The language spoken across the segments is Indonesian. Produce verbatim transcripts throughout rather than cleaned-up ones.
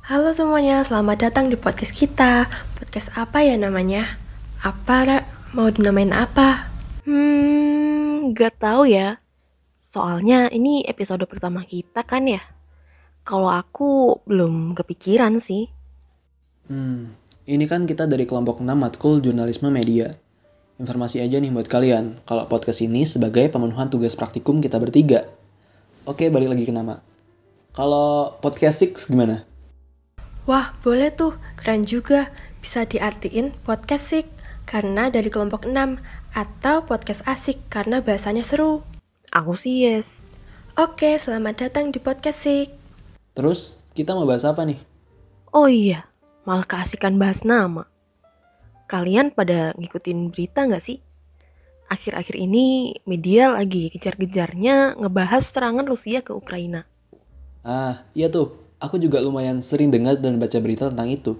Halo semuanya, selamat datang di podcast kita. Podcast apa ya namanya? Apa, Ra? Mau dinamain apa? Hmm, gak tahu ya. Soalnya ini episode pertama kita kan ya. Kalau aku belum kepikiran sih. Hmm, ini kan kita dari kelompok enam Matkul Jurnalisme Media. Informasi aja nih buat kalian, kalau podcast ini sebagai pemenuhan tugas praktikum kita bertiga. Oke, balik lagi ke nama. Kalau podcast Six gimana? Wah, boleh tuh. Keren juga. Bisa diartiin podcast sik karena dari kelompok enam atau podcast asik karena bahasanya seru. Aku sih yes. Oke, selamat datang di podcast sik. Terus, kita mau bahas apa nih? Oh iya, malah keasikan bahas nama. Kalian pada ngikutin berita gak sih? Akhir-akhir ini media lagi kejar-kejarnya ngebahas serangan Rusia ke Ukraina. Ah, iya tuh. Aku juga lumayan sering dengar dan baca berita tentang itu.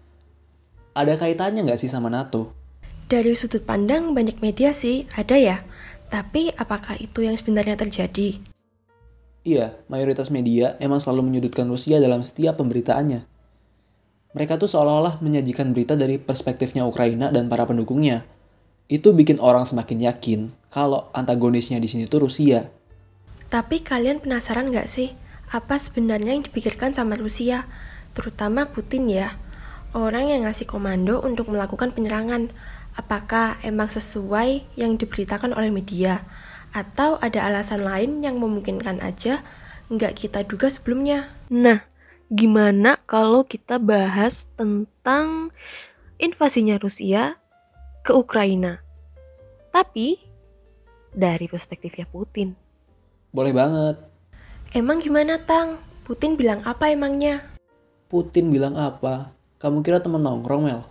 Ada kaitannya nggak sih sama NATO? Dari sudut pandang banyak media sih, ada ya. Tapi apakah itu yang sebenarnya terjadi? Iya, mayoritas media emang selalu menyudutkan Rusia dalam setiap pemberitaannya. Mereka tuh seolah-olah menyajikan berita dari perspektifnya Ukraina dan para pendukungnya. Itu bikin orang semakin yakin kalau antagonisnya di sini tuh Rusia. Tapi kalian penasaran nggak sih, apa sebenarnya yang dipikirkan sama Rusia? Terutama Putin ya, orang yang ngasih komando untuk melakukan penyerangan. Apakah emang sesuai yang diberitakan oleh media? Atau ada alasan lain yang memungkinkan aja nggak kita duga sebelumnya? Nah, gimana kalau kita bahas tentang invasinya Rusia ke Ukraina? Tapi dari perspektifnya Putin. Boleh banget. Emang gimana, Tang? Putin bilang apa emangnya? Putin bilang apa? Kamu kira temen nongkrong, Mel?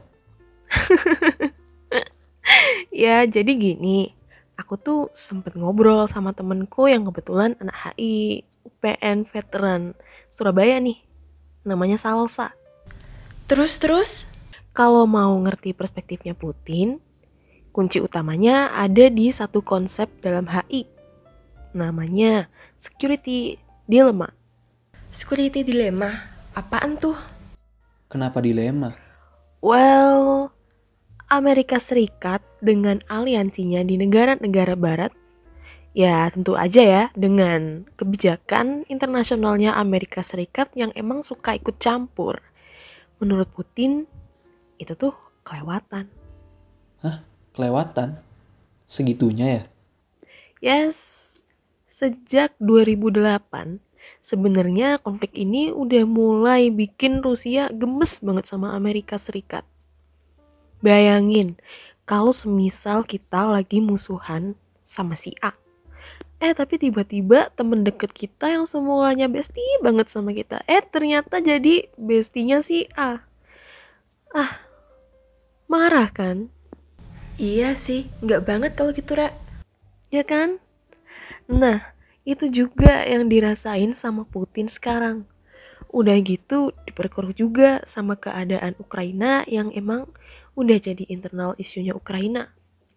Ya, jadi gini. Aku tuh sempet ngobrol sama temenku yang kebetulan anak H I U P N veteran Surabaya nih. Namanya Salsa. Terus-terus? Kalau mau ngerti perspektifnya Putin, kunci utamanya ada di satu konsep dalam H I. Namanya security dilemma. Security dilemma? Apaan tuh? Kenapa dilema? Well, Amerika Serikat dengan aliansinya di negara-negara barat, ya tentu aja ya dengan kebijakan internasionalnya Amerika Serikat yang emang suka ikut campur. Menurut Putin, itu tuh kelewatan. Hah? Kelewatan? Segitunya ya? Yes, sejak dua ribu delapan, sebenarnya konflik ini udah mulai bikin Rusia gemes banget sama Amerika Serikat. Bayangin, kalau semisal kita lagi musuhan sama si A. Eh tapi tiba-tiba temen deket kita yang semuanya bestie banget sama kita. Eh ternyata jadi bestinya si A. Ah, marah kan? Iya sih, nggak banget kalau gitu, Ra. Ya kan? Nah, itu juga yang dirasain sama Putin sekarang. Udah gitu diperkeruh juga sama keadaan Ukraina yang emang udah jadi internal isunya Ukraina.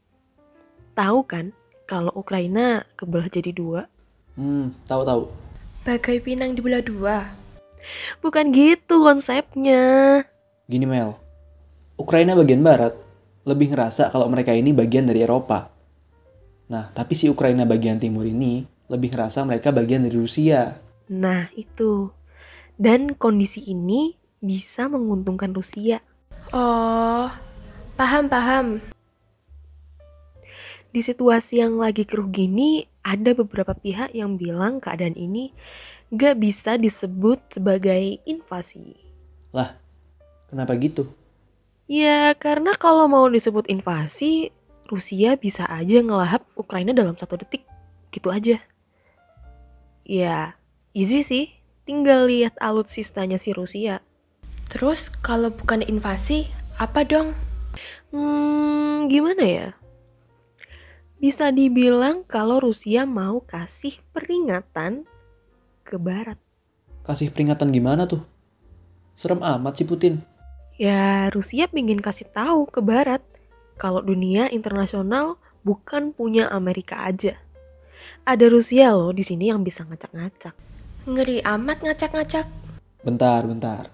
Tahu kan kalau Ukraina kebelah jadi dua? Hmm, tahu-tahu. Bagai pinang dibelah dua. Bukan gitu konsepnya. Gini Mel, Ukraina bagian barat lebih ngerasa kalau mereka ini bagian dari Eropa. Nah, tapi si Ukraina bagian timur ini lebih ngerasa mereka bagian dari Rusia. Nah, itu. Dan kondisi ini bisa menguntungkan Rusia. Oh, paham-paham. Di situasi yang lagi keruh gini, ada beberapa pihak yang bilang keadaan ini gak bisa disebut sebagai invasi. Lah, kenapa gitu? Ya, karena kalau mau disebut invasi, Rusia bisa aja ngelahap Ukraina dalam satu detik. Gitu aja. Ya, easy sih. Tinggal lihat alutsistanya si Rusia. Terus kalau bukan invasi, apa dong? Hmm, gimana ya? Bisa dibilang kalau Rusia mau kasih peringatan ke Barat. Kasih peringatan gimana tuh? Serem amat si Putin. Ya, Rusia pengen kasih tahu ke Barat kalau dunia internasional bukan punya Amerika aja. Ada Rusia loh di sini yang bisa ngacak-ngacak. Ngeri amat ngacak-ngacak. Bentar, bentar.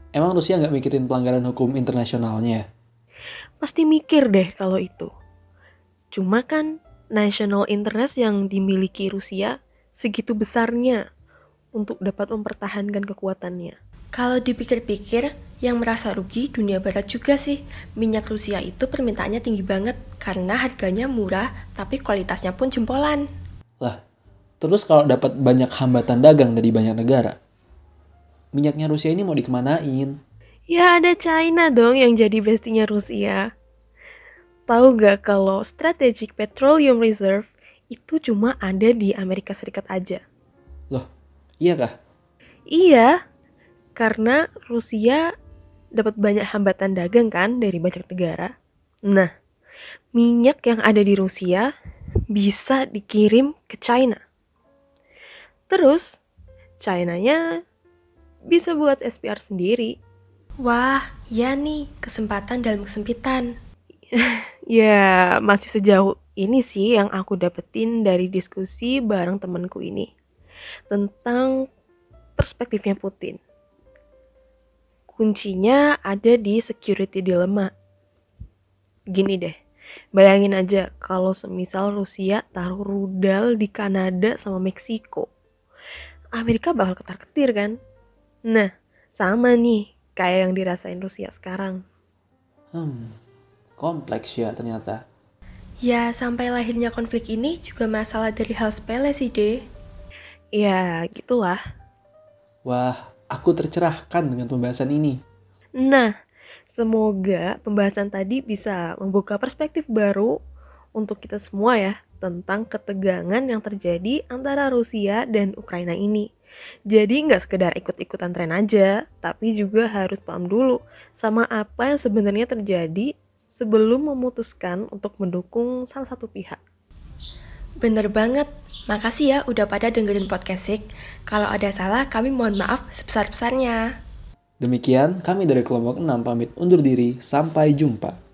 Emang Rusia nggak mikirin pelanggaran hukum internasionalnya? Pasti mikir deh kalau itu. Cuma kan national interest yang dimiliki Rusia segitu besarnya untuk dapat mempertahankan kekuatannya. Kalau dipikir-pikir, yang merasa rugi dunia barat juga sih. Minyak Rusia itu permintaannya tinggi banget karena harganya murah tapi kualitasnya pun jempolan. Lah, terus kalau dapat banyak hambatan dagang dari banyak negara, minyaknya Rusia ini mau dikemanain? Ya ada China dong yang jadi bestinya Rusia. Tahu gak kalau Strategic Petroleum Reserve itu cuma ada di Amerika Serikat aja? Loh, iya kah? Iya, karena Rusia dapat banyak hambatan dagang kan dari banyak negara. Nah, minyak yang ada di Rusia bisa dikirim ke China. Terus, China-nya bisa buat S P R sendiri. Wah, ya nih, kesempatan dalam kesempitan. Ya, masih sejauh ini sih yang aku dapetin dari diskusi bareng temanku ini. Tentang perspektifnya Putin. Kuncinya ada di security dilemma. Gini deh, bayangin aja kalau semisal Rusia taruh rudal di Kanada sama Meksiko. Amerika bakal ketar-ketir kan? Nah, sama nih kayak yang dirasain Rusia sekarang. Hmm, kompleks ya ternyata. Ya, sampai lahirnya konflik ini juga masalah dari hal sepele sih, deh. Ya, gitulah. Wah, aku tercerahkan dengan pembahasan ini. Nah, semoga pembahasan tadi bisa membuka perspektif baru untuk kita semua ya tentang ketegangan yang terjadi antara Rusia dan Ukraina ini. Jadi nggak sekedar ikut-ikutan tren aja, tapi juga harus paham dulu sama apa yang sebenarnya terjadi sebelum memutuskan untuk mendukung salah satu pihak. Bener banget. Makasih ya udah pada dengerin podcast Sik. Kalau ada salah, kami mohon maaf sebesar-besarnya. Demikian, kami dari kelompok enam pamit undur diri. Sampai jumpa.